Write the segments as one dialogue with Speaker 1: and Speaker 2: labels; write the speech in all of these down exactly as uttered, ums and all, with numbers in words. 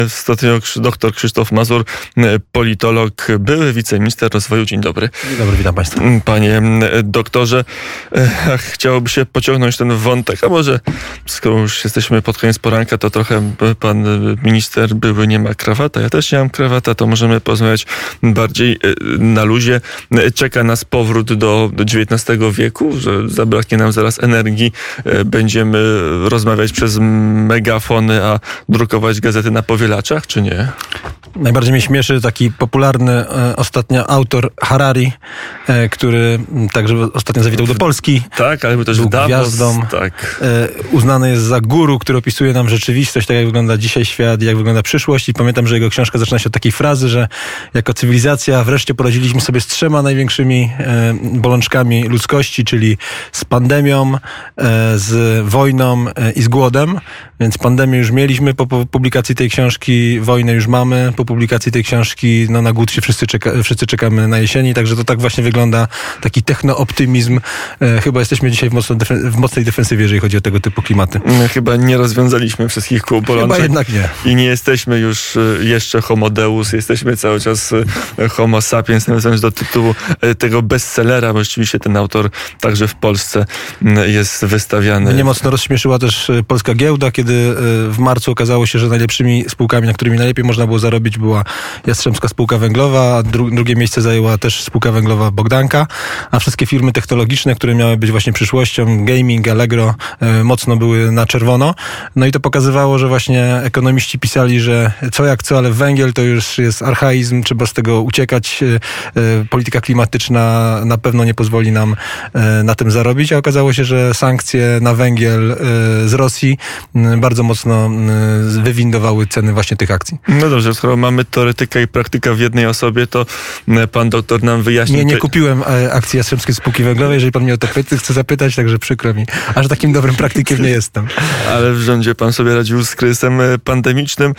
Speaker 1: W studiu dr Krzysztof Mazur, politolog, były wiceminister rozwoju. Dzień dobry.
Speaker 2: Dzień dobry, witam Państwa.
Speaker 1: Panie doktorze, chciałoby się pociągnąć ten wątek, a może skoro już jesteśmy pod koniec poranka, to trochę pan minister były nie ma krawata, ja też nie mam krawata, to możemy porozmawiać bardziej na luzie. Czeka nas powrót do dziewiętnastego wieku, że zabraknie nam zaraz energii, będziemy rozmawiać przez megafony, a drukować gazety na powielaczach, czy nie?
Speaker 2: Najbardziej mnie śmieszy taki popularny e, ostatnio autor Harari, e, który także ostatnio zawitał do Polski.
Speaker 1: Tak, ale był też
Speaker 2: był
Speaker 1: w Davos,
Speaker 2: gwiazdą.
Speaker 1: tak.
Speaker 2: E, uznany jest za guru, który opisuje nam rzeczywistość, tak jak wygląda dzisiaj świat, jak wygląda przyszłość. I pamiętam, że jego książka zaczyna się od takiej frazy, że jako cywilizacja wreszcie poradziliśmy sobie z trzema największymi e, bolączkami ludzkości, czyli z pandemią, e, z wojną e, i z głodem. Więc pandemię już mieliśmy po publikacji tej książki, wojnę już mamy. Po publikacji tej książki no, na głód się wszyscy, czeka, wszyscy czekamy na jesieni, także to tak właśnie wygląda taki technooptymizm. E, chyba jesteśmy dzisiaj w, mocno defen- w mocnej defensywie, jeżeli chodzi o tego typu klimaty.
Speaker 1: Chyba nie rozwiązaliśmy wszystkich kół bolączek.
Speaker 2: Chyba jednak nie.
Speaker 1: I nie jesteśmy już jeszcze homo deus, jesteśmy cały czas homo sapiens, nawiązując do tytułu tego bestsellera, bo rzeczywiście ten autor także w Polsce jest wystawiany.
Speaker 2: Mnie mocno rozśmieszyła też polska giełda, kiedy w marcu okazało się, że najlepszymi spółkami, na którymi najlepiej można było zarobić, była Jastrzębska Spółka Węglowa, a dru- drugie miejsce zajęła też spółka węglowa Bogdanka, a wszystkie firmy technologiczne, które miały być właśnie przyszłością, gaming, Allegro, e, mocno były na czerwono. No i to pokazywało, że właśnie ekonomiści pisali, że co jak co, ale węgiel to już jest archaizm, trzeba z tego uciekać. E, e, polityka klimatyczna na pewno nie pozwoli nam e, na tym zarobić, a okazało się, że sankcje na węgiel e, z Rosji e, bardzo mocno e, wywindowały ceny właśnie tych akcji.
Speaker 1: No dobrze, skoro mamy teoretyka i praktyka w jednej osobie, to pan doktor nam wyjaśni.
Speaker 2: Nie, nie
Speaker 1: czy...
Speaker 2: kupiłem e, akcji Jastrzębskiej Spółki Węglowej. Jeżeli pan mnie o to pyta, chcę zapytać, także przykro mi. Aż takim dobrym praktykiem nie jestem.
Speaker 1: Ale w rządzie pan sobie radził z kryzysem pandemicznym.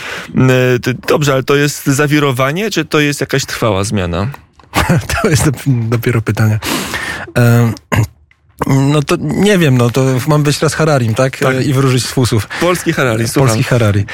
Speaker 1: Dobrze, ale to jest zawirowanie, czy to jest jakaś trwała zmiana?
Speaker 2: To jest dopiero pytanie. E, No to nie wiem, no to mam być teraz Hararim, tak?
Speaker 1: tak.
Speaker 2: I wróżyć z fusów.
Speaker 1: Polski Harari, słucham.
Speaker 2: Polski Harari.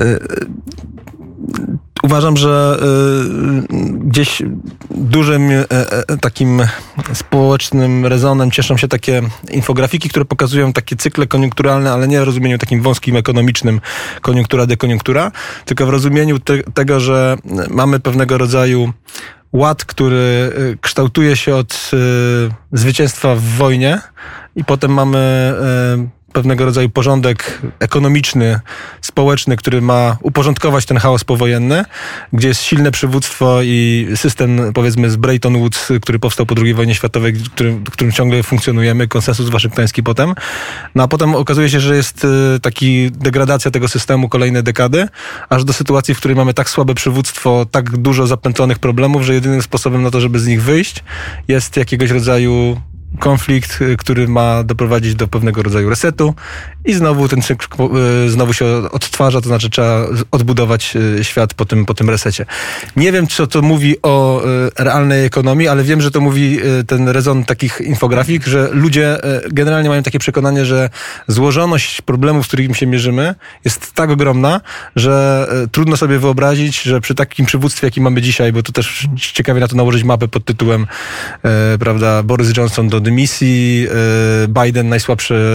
Speaker 2: Uważam, że gdzieś dużym takim społecznym rezonem cieszą się takie infografiki, które pokazują takie cykle koniunkturalne, ale nie w rozumieniu takim wąskim, ekonomicznym, koniunktura, dekoniunktura, tylko w rozumieniu te, tego, że mamy pewnego rodzaju ład, który kształtuje się od y, zwycięstwa w wojnie i potem mamy y, pewnego rodzaju porządek ekonomiczny, społeczny, który ma uporządkować ten chaos powojenny, gdzie jest silne przywództwo i system, powiedzmy, z Bretton Woods, który powstał po drugiej wojnie światowej, w którym, w którym ciągle funkcjonujemy, konsensus waszyngtoński potem. No a potem okazuje się, że jest y, taki degradacja tego systemu kolejne dekady, aż do sytuacji, w której mamy tak słabe przywództwo, tak dużo zapętlonych problemów, że jedynym sposobem na to, żeby z nich wyjść, jest jakiegoś rodzaju konflikt, który ma doprowadzić do pewnego rodzaju resetu i znowu ten cykl znowu się odtwarza, to znaczy trzeba odbudować świat po tym, po tym resecie. Nie wiem, co to mówi o realnej ekonomii, ale wiem, że to mówi ten rezon takich infografik, że ludzie generalnie mają takie przekonanie, że złożoność problemów, z którymi się mierzymy, jest tak ogromna, że trudno sobie wyobrazić, że przy takim przywództwie, jaki mamy dzisiaj, bo to też ciekawie na to nałożyć mapę pod tytułem e, prawda, Boris Johnson do dymisji, Biden najsłabsze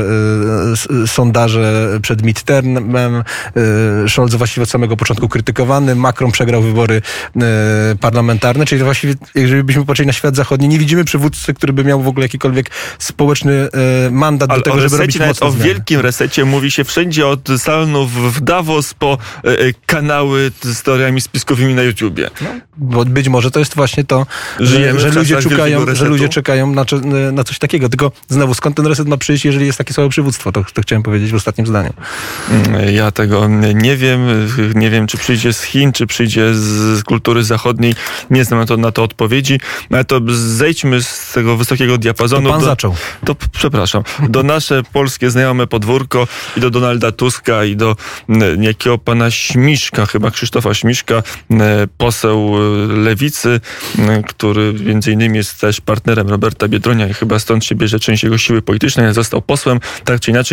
Speaker 2: sondaże przed midtermem, Scholz właściwie od samego początku krytykowany, Macron przegrał wybory parlamentarne, czyli właściwie, jeżeli byśmy patrzyli na świat zachodni, nie widzimy przywódcy, który by miał w ogóle jakikolwiek społeczny mandat
Speaker 1: ale
Speaker 2: do tego, żeby robić mocne
Speaker 1: o
Speaker 2: zmiany.
Speaker 1: wielkim resecie mówi się wszędzie, od salonów w Davos po kanały z teoriami spiskowymi na YouTubie.
Speaker 2: No, bo być może to jest właśnie to, że, że, ludzie, czekają, że ludzie czekają na, na coś takiego. Tylko znowu, skąd ten reset ma przyjść, jeżeli jest takie słabe przywództwo? To, to chciałem powiedzieć w ostatnim zdaniu.
Speaker 1: Ja tego nie wiem. Nie wiem, czy przyjdzie z Chin, czy przyjdzie z kultury zachodniej. Nie znam na to, na to odpowiedzi. Ale to zejdźmy z tego wysokiego diapazonu.
Speaker 2: To pan
Speaker 1: do,
Speaker 2: zaczął.
Speaker 1: To, przepraszam. Do nasze polskie znajome podwórko i do Donalda Tuska i do niejakiego pana Śmiszka, chyba Krzysztofa Śmiszka, poseł Lewicy, który między innymi jest też partnerem Roberta Biedronia i chyba stąd się bierze część jego siły politycznej. Został posłem, tak czy inaczej, i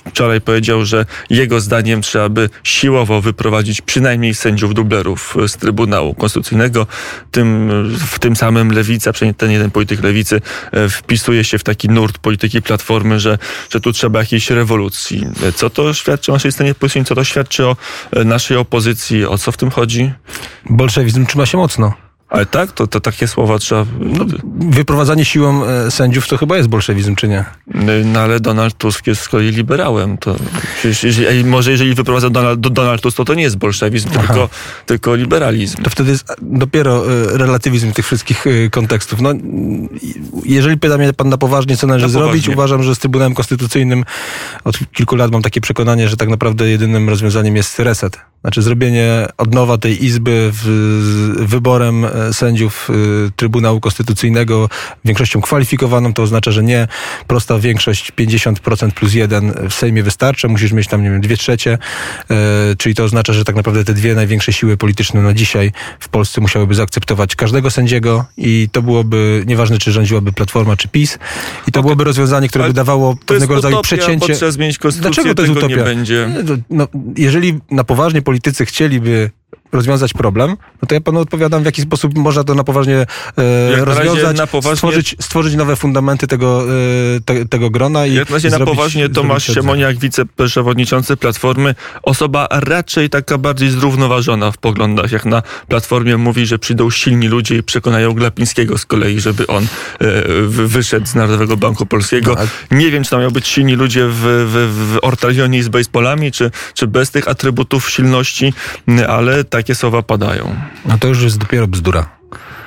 Speaker 1: wczoraj powiedział, że jego zdaniem trzeba by siłowo wyprowadzić przynajmniej sędziów dublerów z Trybunału Konstytucyjnego. Tym, w tym samym Lewica, przynajmniej ten jeden polityk Lewicy wpisuje się w taki nurt polityki Platformy, że, że tu trzeba jakiejś rewolucji. Co to świadczy o naszej scenie politycznej? Co to świadczy o naszej opozycji? O co w tym chodzi?
Speaker 2: Bolszewizm trzyma się mocno.
Speaker 1: Ale tak? To, to takie słowa trzeba...
Speaker 2: No, wyprowadzanie siłą e, sędziów to chyba jest bolszewizm, czy nie?
Speaker 1: No ale Donald Tusk jest z kolei liberałem. To, jeżeli, może jeżeli wyprowadza Donald, Donald Tusk, to to nie jest bolszewizm, tylko, tylko liberalizm.
Speaker 2: To wtedy jest dopiero e, relatywizm tych wszystkich e, kontekstów. No, jeżeli pyta mnie pan na poważnie, co należy na zrobić, poważnie. Uważam, że z Trybunałem Konstytucyjnym od kilku lat mam takie przekonanie, że tak naprawdę jedynym rozwiązaniem jest reset. Znaczy zrobienie od nowa tej izby w, z wyborem sędziów y, Trybunału Konstytucyjnego większością kwalifikowaną, to oznacza, że nie prosta większość pięćdziesiąt procent plus jeden w Sejmie wystarcza, musisz mieć tam, nie wiem, dwie trzecie, y, czyli to oznacza, że tak naprawdę te dwie największe siły polityczne na dzisiaj w Polsce musiałyby zaakceptować każdego sędziego i to byłoby, nieważne czy rządziłaby Platforma czy PiS, i to okay. byłoby rozwiązanie, które by dawało pewnego rodzaju przecięcie.
Speaker 1: Trzeba zmienić konstytucję.
Speaker 2: Dlaczego to jest utopia?
Speaker 1: Nie będzie.
Speaker 2: No, jeżeli na poważnie politycy chcieliby rozwiązać problem, no to ja panu odpowiadam, w jaki sposób można to na poważnie e, rozwiązać, na poważnie... Stworzyć, stworzyć nowe fundamenty tego, e, te, tego grona. I
Speaker 1: jak na razie na poważnie Tomasz Siemoniak, wiceprzewodniczący Platformy, osoba raczej taka bardziej zrównoważona w poglądach, jak na Platformie mówi, że przyjdą silni ludzie i przekonają Glapińskiego z kolei, żeby on e, wyszedł z Narodowego Banku Polskiego. No, ale... Nie wiem, czy tam miał być silni ludzie w, w, w Ortalionie z baseballami, czy, czy bez tych atrybutów silności, ale takie słowa padają.
Speaker 2: No to już jest dopiero bzdura.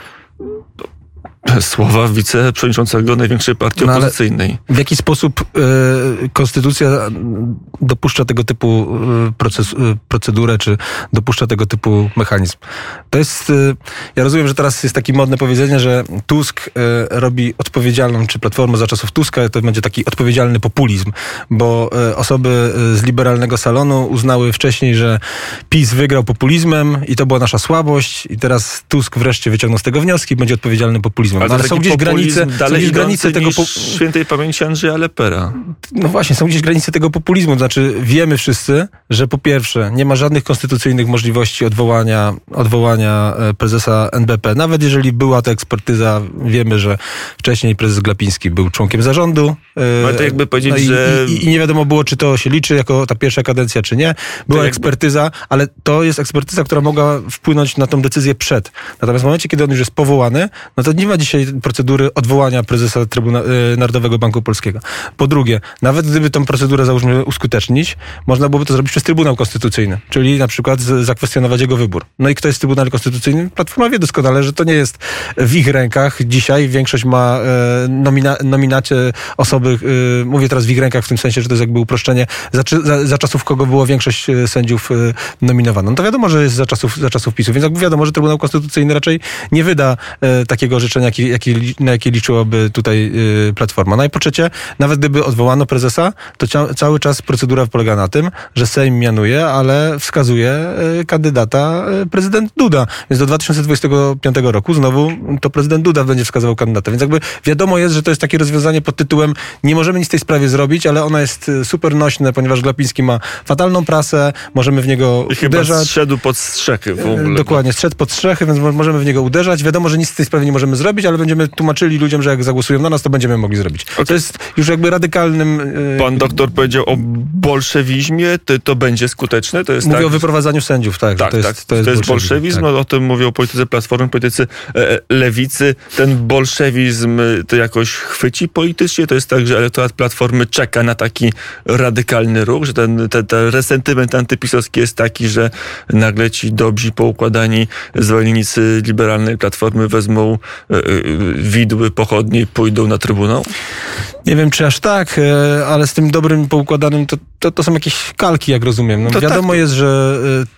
Speaker 1: Słowa wiceprzewodniczącego największej partii no, opozycyjnej.
Speaker 2: W jaki sposób y, konstytucja dopuszcza tego typu y, proces, y, procedurę, czy dopuszcza tego typu mechanizm? To jest, y, ja rozumiem, że teraz jest takie modne powiedzenie, że Tusk y, robi odpowiedzialną, czy Platforma za czasów Tuska, to będzie taki odpowiedzialny populizm, bo y, osoby z liberalnego salonu uznały wcześniej, że PiS wygrał populizmem i to była nasza słabość i teraz Tusk wreszcie wyciągnął z tego wnioski i będzie odpowiedzialnym populizmem.
Speaker 1: Ale, Ale są gdzieś granice,
Speaker 2: są gdzieś granice tego po...
Speaker 1: świętej pamięci Andrzeja Lepera.
Speaker 2: No właśnie, są gdzieś granice tego populizmu. To znaczy wiemy wszyscy, że po pierwsze nie ma żadnych konstytucyjnych możliwości odwołania, odwołania prezesa N B P. Nawet jeżeli była ta ekspertyza, wiemy, że wcześniej prezes Glapiński był członkiem zarządu.
Speaker 1: No to jakby powiedzieć, no i, że...
Speaker 2: I, I nie wiadomo było, czy to się liczy jako ta pierwsza kadencja, czy nie. Była jakby... ekspertyza, ale to jest ekspertyza, która mogła wpłynąć na tą decyzję przed. Natomiast w momencie, kiedy on już jest powołany, no to nie ma dzisiaj procedury odwołania prezesa Trybuna- Narodowego Banku Polskiego. Po drugie, nawet gdyby tą procedurę, załóżmy, uskutecznić, można byłoby to zrobić przez Trybunał Konstytucyjny, czyli na przykład z- zakwestionować jego wybór. No i kto jest w Trybunale Konstytucyjnym? Platforma wie doskonale, że to nie jest w ich rękach. Dzisiaj większość ma e, nomina- nominacie osoby, e, mówię teraz w ich rękach w tym sensie, że to jest jakby uproszczenie, za, za, za czasów kogo było większość sędziów e, nominowana. No to wiadomo, że jest za czasów, za czasów PiSu, więc jakby wiadomo, że Trybunał Konstytucyjny raczej nie wyda e, takiego orzeczenia, jaki, jaki, na jakie liczyłaby tutaj y, Platforma. No i po trzecie, nawet gdyby odwołano prezesa, to cia, cały czas procedura polega na tym, że Sejm mianuje, ale wskazuje y, kandydata y, prezydent Duda. Więc do dwa tysiące dwudziestego piątego roku znowu to prezydent Duda będzie wskazywał kandydata. Więc jakby wiadomo jest, że to jest takie rozwiązanie pod tytułem nie możemy nic w tej sprawie zrobić, ale ona jest super nośne, ponieważ Glapiński ma fatalną prasę, możemy w niego
Speaker 1: I
Speaker 2: uderzać.
Speaker 1: Chyba zszedł pod strzechy w ogóle.
Speaker 2: Dokładnie, zszedł pod strzechy, więc możemy w niego uderzać. Wiadomo, że nic w tej sprawie nie możemy zrobić, ale będziemy tłumaczyli ludziom, że jak zagłosują na nas, to będziemy mogli zrobić. Okay. To jest już jakby radykalnym... Yy...
Speaker 1: Pan doktor powiedział o bolszewizmie, to, to będzie skuteczne? To jest
Speaker 2: Mówię
Speaker 1: tak,
Speaker 2: o wyprowadzaniu sędziów, tak.
Speaker 1: Tak,
Speaker 2: to jest,
Speaker 1: tak,
Speaker 2: to jest,
Speaker 1: to jest bolszewizm, bolszewizm.
Speaker 2: Tak.
Speaker 1: No, o tym mówią politycy Platformy, politycy e, lewicy. Ten bolszewizm to jakoś chwyci politycznie? To jest tak, że elektorat Platformy czeka na taki radykalny ruch, że ten, ten, ten resentyment antypisowski jest taki, że nagle ci dobrzy, poukładani zwolennicy liberalnej Platformy wezmą e, e, widły, pochodnie i pójdą na Trybunał?
Speaker 2: Nie wiem, czy aż tak, ale z tym dobrym, poukładanym to, to, to są jakieś kalki, jak rozumiem. No, wiadomo tak. jest, że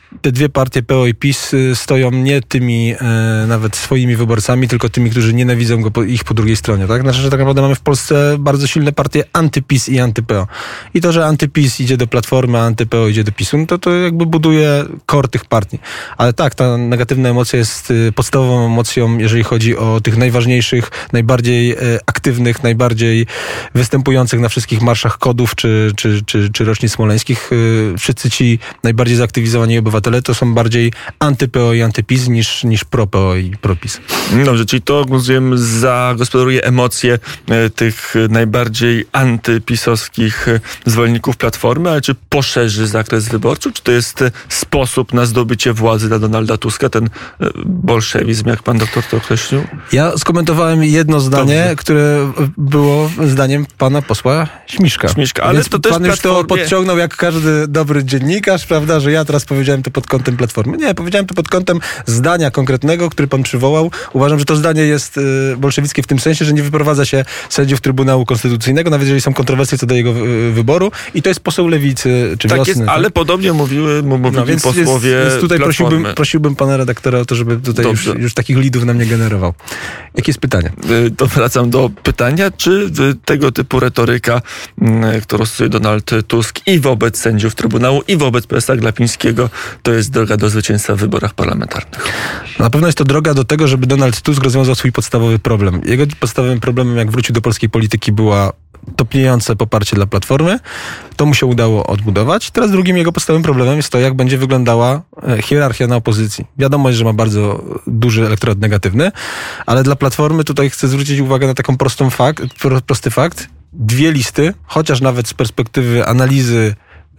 Speaker 2: te dwie partie, P O i PiS, stoją nie tymi e, nawet swoimi wyborcami, tylko tymi, którzy nienawidzą go po, ich po drugiej stronie. Tak? Znaczy, że tak naprawdę mamy w Polsce bardzo silne partie anty-PiS i anty-P O. I to, że anty-PiS idzie do Platformy, a anty-P O idzie do PiSu, no to to jakby buduje core tych partii. Ale tak, ta negatywna emocja jest podstawową emocją, jeżeli chodzi o tych najważniejszych, najbardziej e, aktywnych, najbardziej występujących na wszystkich marszach kodów czy, czy, czy, czy rocznic smoleńskich. E, wszyscy ci najbardziej zaktywizowani obywatele to są bardziej anty-P O i anty-PiS niż, niż pro-P O i pro-PiS.
Speaker 1: Dobrze, czyli to, rozumiem, zagospodaruje emocje e, tych najbardziej antypisowskich zwolenników Platformy, ale czy poszerzy zakres wyborczy? Czy to jest sposób na zdobycie władzy dla Donalda Tuska, ten e, bolszewizm, jak pan doktor to określił?
Speaker 2: Ja skomentowałem jedno zdanie, Dobrze. które było zdaniem pana posła Śmiszka.
Speaker 1: Śmiszka, ale
Speaker 2: Więc
Speaker 1: to też
Speaker 2: pan już
Speaker 1: Platformie...
Speaker 2: to podciągnął jak każdy dobry dziennikarz, prawda, że ja teraz powiedziałem to pod kątem Platformy. Nie, powiedziałem to pod kątem zdania konkretnego, który pan przywołał. Uważam, że to zdanie jest y, bolszewickie w tym sensie, że nie wyprowadza się sędziów Trybunału Konstytucyjnego, nawet jeżeli są kontrowersje co do jego y, wyboru. I to jest poseł Lewicy, czy
Speaker 1: tak
Speaker 2: Wiosny.
Speaker 1: Jest,
Speaker 2: tak?
Speaker 1: Ale podobnie mówiły, mówili
Speaker 2: no, więc
Speaker 1: posłowie
Speaker 2: jest, więc tutaj prosiłbym, prosiłbym pana redaktora o to, żeby tutaj już, już takich lidów na mnie generował. Jakie jest pytanie?
Speaker 1: To wracam do pytania, czy tego typu retoryka, którą stosuje Donald Tusk i wobec sędziów Trybunału, i wobec prezesa Glapińskiego, to jest droga do zwycięstwa w wyborach parlamentarnych?
Speaker 2: Na pewno jest to droga do tego, żeby Donald Tusk rozwiązał swój podstawowy problem. Jego podstawowym problemem, jak wrócił do polskiej polityki, była topniejące poparcie dla Platformy. To mu się udało odbudować. Teraz drugim jego podstawowym problemem jest to, jak będzie wyglądała hierarchia na opozycji. Wiadomo jest, że ma bardzo duży elektorat negatywny, ale dla Platformy tutaj chcę zwrócić uwagę na taką prostą fakt, prosty fakt. Dwie listy, chociaż nawet z perspektywy analizy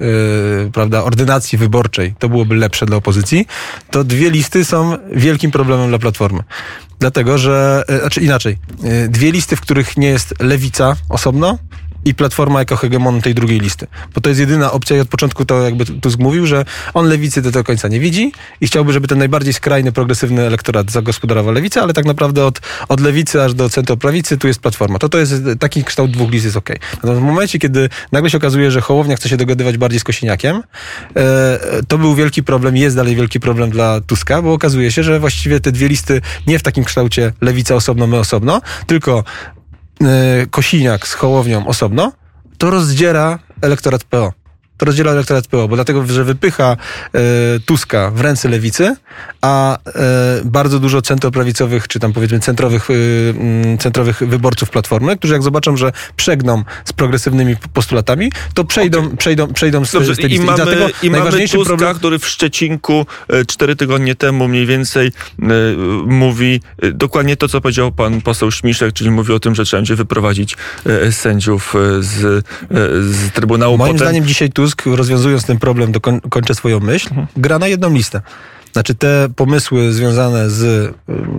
Speaker 2: Yy, prawda, ordynacji wyborczej, to byłoby lepsze dla opozycji, to dwie listy są wielkim problemem dla Platformy. Dlatego, że, yy, znaczy inaczej, yy, dwie listy, w których nie jest Lewica osobno i Platforma jako hegemon tej drugiej listy. Bo to jest jedyna opcja i od początku to jakby Tusk mówił, że on Lewicy do tego końca nie widzi i chciałby, żeby ten najbardziej skrajny, progresywny elektorat zagospodarował Lewicę, ale tak naprawdę od, od Lewicy aż do centroprawicy tu jest Platforma. To to jest, taki kształt dwóch list jest okej. Okay. W momencie, kiedy nagle się okazuje, że Hołownia chce się dogadywać bardziej z Kosiniakiem, e, to był wielki problem, jest dalej wielki problem dla Tuska, bo okazuje się, że właściwie te dwie listy nie w takim kształcie Lewica osobno, my osobno, tylko Kosiniak z Hołownią osobno, to rozdziela elektorat P O. To rozdziela elektorat P O, bo dlatego, że wypycha e, Tuska w ręce Lewicy, a e, bardzo dużo centroprawicowych, czy tam powiedzmy centrowych, e, centrowych wyborców Platformy, którzy jak zobaczą, że przegną z progresywnymi postulatami, to przejdą, okay. przejdą, przejdą z,
Speaker 1: Dobrze,
Speaker 2: z tej listy.
Speaker 1: I mamy,
Speaker 2: dlatego
Speaker 1: i
Speaker 2: najważniejszy
Speaker 1: mamy Tuska,
Speaker 2: problem...
Speaker 1: który w Szczecinku e, cztery tygodnie temu mniej więcej e, mówi e, dokładnie to, co powiedział pan poseł Śmiszek, czyli mówi o tym, że trzeba będzie wyprowadzić e, sędziów e, z, e, z Trybunału.
Speaker 2: Moim
Speaker 1: Potem...
Speaker 2: zdaniem dzisiaj Tusk, rozwiązując ten problem, dokoń, kończę swoją myśl, mhm. gra na jedną listę. Znaczy te pomysły związane z,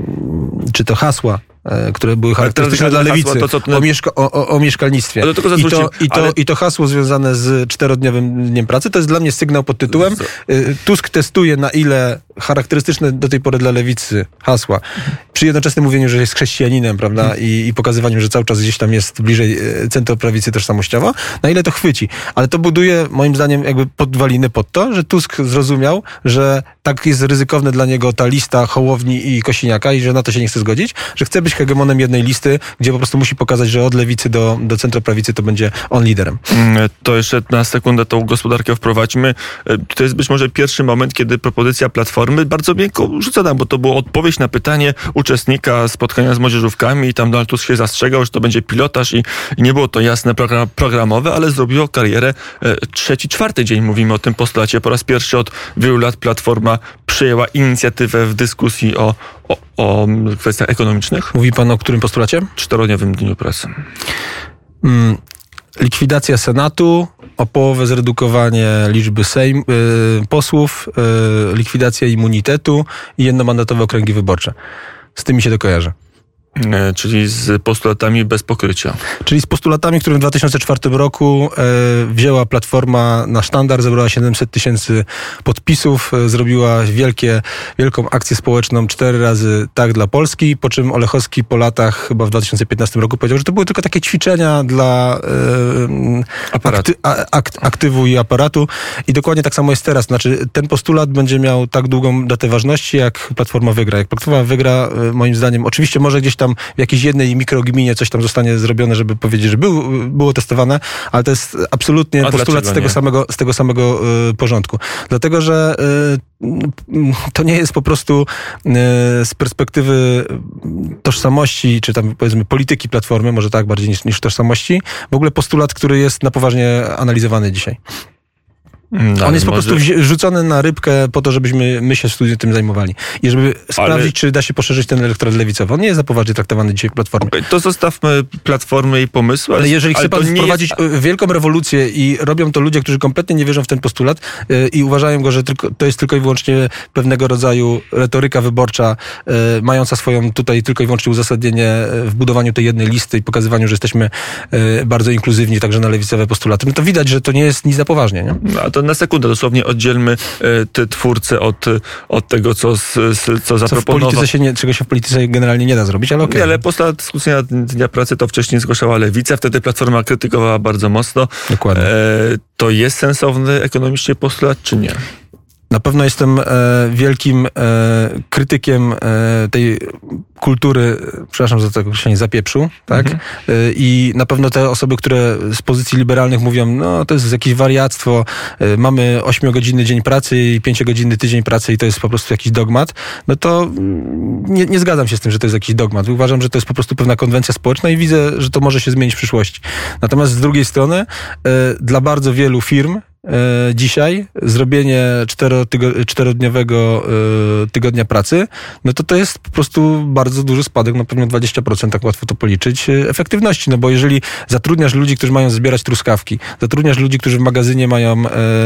Speaker 2: czy to hasła, które były charakterystyczne dla Lewicy, to, co... o, mieszka- o, o, o mieszkalnictwie.
Speaker 1: Ale tylko
Speaker 2: I, to, i, to,
Speaker 1: ale...
Speaker 2: I to hasło związane z czterodniowym dniem pracy, to jest dla mnie sygnał pod tytułem Tusk testuje, na ile charakterystyczne do tej pory dla Lewicy hasła, przy jednoczesnym mówieniu, że jest chrześcijaninem, prawda, hmm. I, i pokazywaniem, że cały czas gdzieś tam jest bliżej centroprawicy tożsamościowo, na ile to chwyci. Ale to buduje, moim zdaniem, jakby podwaliny pod to, że Tusk zrozumiał, że tak jest ryzykowne dla niego ta lista Hołowni i Kosiniaka i że na to się nie chce zgodzić, że chce być hegemonem jednej listy, gdzie po prostu musi pokazać, że od lewicy do, do centroprawicy to będzie on liderem.
Speaker 1: To jeszcze na sekundę tą gospodarkę wprowadźmy. To jest być może pierwszy moment, kiedy propozycja Platformy bardzo miękko rzucona, bo to była odpowiedź na pytanie uczestnika spotkania z młodzieżówkami i tam Donald Tusk się zastrzegał, że to będzie pilotaż i, i nie było to jasne program, programowe, ale zrobiło karierę trzeci, czwarty dzień. Mówimy o tym postulacie. Po raz pierwszy od wielu lat Platforma przyjęła inicjatywę w dyskusji o, o, o kwestiach ekonomicznych.
Speaker 2: Mówi pan o którym postulacie?
Speaker 1: Czterodniowym dniu pracy.
Speaker 2: Hmm. Likwidacja Senatu, o połowę zredukowanie liczby sejm, y, posłów, y, likwidacja immunitetu i jednomandatowe okręgi wyborcze. Z tym mi się to kojarzy.
Speaker 1: Czyli z postulatami bez pokrycia.
Speaker 2: Czyli z postulatami, które w dwa tysiące czwartym roku e, wzięła Platforma na sztandar, zebrała siedemset tysięcy podpisów, e, zrobiła wielkie, wielką akcję społeczną cztery razy tak dla Polski, po czym Olechowski po latach, chyba w dwa tysiące piętnastym roku powiedział, że to były tylko takie ćwiczenia dla e, akty, a, akt, aktywu i aparatu i dokładnie tak samo jest teraz. Znaczy ten postulat będzie miał tak długą datę ważności, jak Platforma wygra. Jak Platforma wygra, e, moim zdaniem, oczywiście może gdzieś tam w jakiejś jednej mikrogminie coś tam zostanie zrobione, żeby powiedzieć, że był, było testowane, ale to jest absolutnie
Speaker 1: A
Speaker 2: postulat z tego, samego, z tego samego y, porządku. Dlatego, że y, to nie jest po prostu y, z perspektywy tożsamości, czy tam powiedzmy polityki Platformy, może tak bardziej niż, niż tożsamości, w ogóle postulat, który jest na poważnie analizowany dzisiaj. No, on jest po może... prostu rzucony na rybkę po to, żebyśmy my się w studiu tym zajmowali. I żeby sprawdzić, ale... czy da się poszerzyć ten elektorat lewicowy. On nie jest za poważnie traktowany dzisiaj w Platformie.
Speaker 1: To zostawmy Platformę i pomysły.
Speaker 2: Ale jeżeli chce pan wprowadzić
Speaker 1: jest...
Speaker 2: wielką rewolucję i robią to ludzie, którzy kompletnie nie wierzą w ten postulat yy, i uważają go, że tylko, to jest tylko i wyłącznie pewnego rodzaju retoryka wyborcza, yy, mająca swoją tutaj tylko i wyłącznie uzasadnienie w budowaniu tej jednej listy i pokazywaniu, że jesteśmy yy, bardzo inkluzywni także na lewicowe postulaty, no to widać, że to nie jest nic za poważnie. Nie?
Speaker 1: No, to na sekundę dosłownie oddzielmy te twórcę od, od tego, co, co zaproponował.
Speaker 2: Co w polityce się nie, czego się w polityce generalnie nie da zrobić, ale okej. Okay.
Speaker 1: Ale postulat dyskusyjna Dnia Pracy to wcześniej zgłaszała Lewica, wtedy Platforma krytykowała bardzo mocno.
Speaker 2: Dokładnie.
Speaker 1: E, to jest sensowny ekonomicznie postulat, czy nie?
Speaker 2: Na pewno jestem e, wielkim e, krytykiem e, tej kultury, przepraszam za to określenie, zapieprzu, tak? Mhm. E, I na pewno te osoby, które z pozycji liberalnych mówią, no to jest jakieś wariactwo, e, mamy ośmiogodzinny dzień pracy i pięciogodzinny tydzień pracy i to jest po prostu jakiś dogmat, no to nie, nie zgadzam się z tym, że to jest jakiś dogmat. Uważam, że to jest po prostu pewna konwencja społeczna i widzę, że to może się zmienić w przyszłości. Natomiast z drugiej strony, e, dla bardzo wielu firm dzisiaj zrobienie czterodniowego tygodnia pracy, no to to jest po prostu bardzo duży spadek, no pewnie dwadzieścia procent, tak łatwo to policzyć, efektywności, no bo jeżeli zatrudniasz ludzi, którzy mają zbierać truskawki, zatrudniasz ludzi, którzy w magazynie mają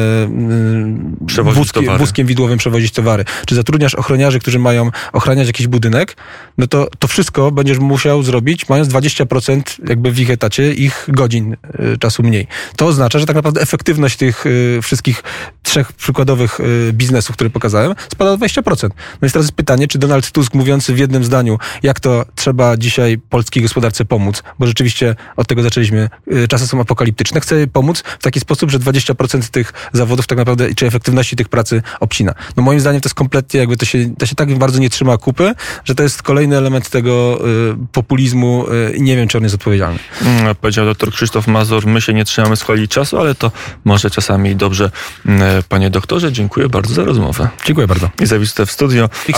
Speaker 2: e, wózki, wózkiem widłowym przewozić towary, czy zatrudniasz ochroniarzy, którzy mają ochraniać jakiś budynek, no to to wszystko będziesz musiał zrobić, mając dwadzieścia procent jakby w ich etacie, ich godzin e, czasu mniej. To oznacza, że tak naprawdę efektywność tych wszystkich trzech przykładowych biznesów, które pokazałem, spada o dwadzieścia procent. No i teraz jest pytanie, czy Donald Tusk mówiący w jednym zdaniu, jak to trzeba dzisiaj polskiej gospodarce pomóc, bo rzeczywiście od tego zaczęliśmy, czasy są apokaliptyczne, chce pomóc w taki sposób, że dwadzieścia procent tych zawodów tak naprawdę, czy efektywności tych pracy obcina. No moim zdaniem to jest kompletnie, jakby to się, to się tak bardzo nie trzyma kupy, że to jest kolejny element tego y, populizmu i y, nie wiem, czy on jest odpowiedzialny.
Speaker 1: Hmm, powiedział doktor Krzysztof Mazur, my się nie trzymamy z chwili czasu, ale to może czasami dobrze. Panie doktorze, dziękuję bardzo za rozmowę.
Speaker 2: Dziękuję bardzo.
Speaker 1: I za wizytę w studio.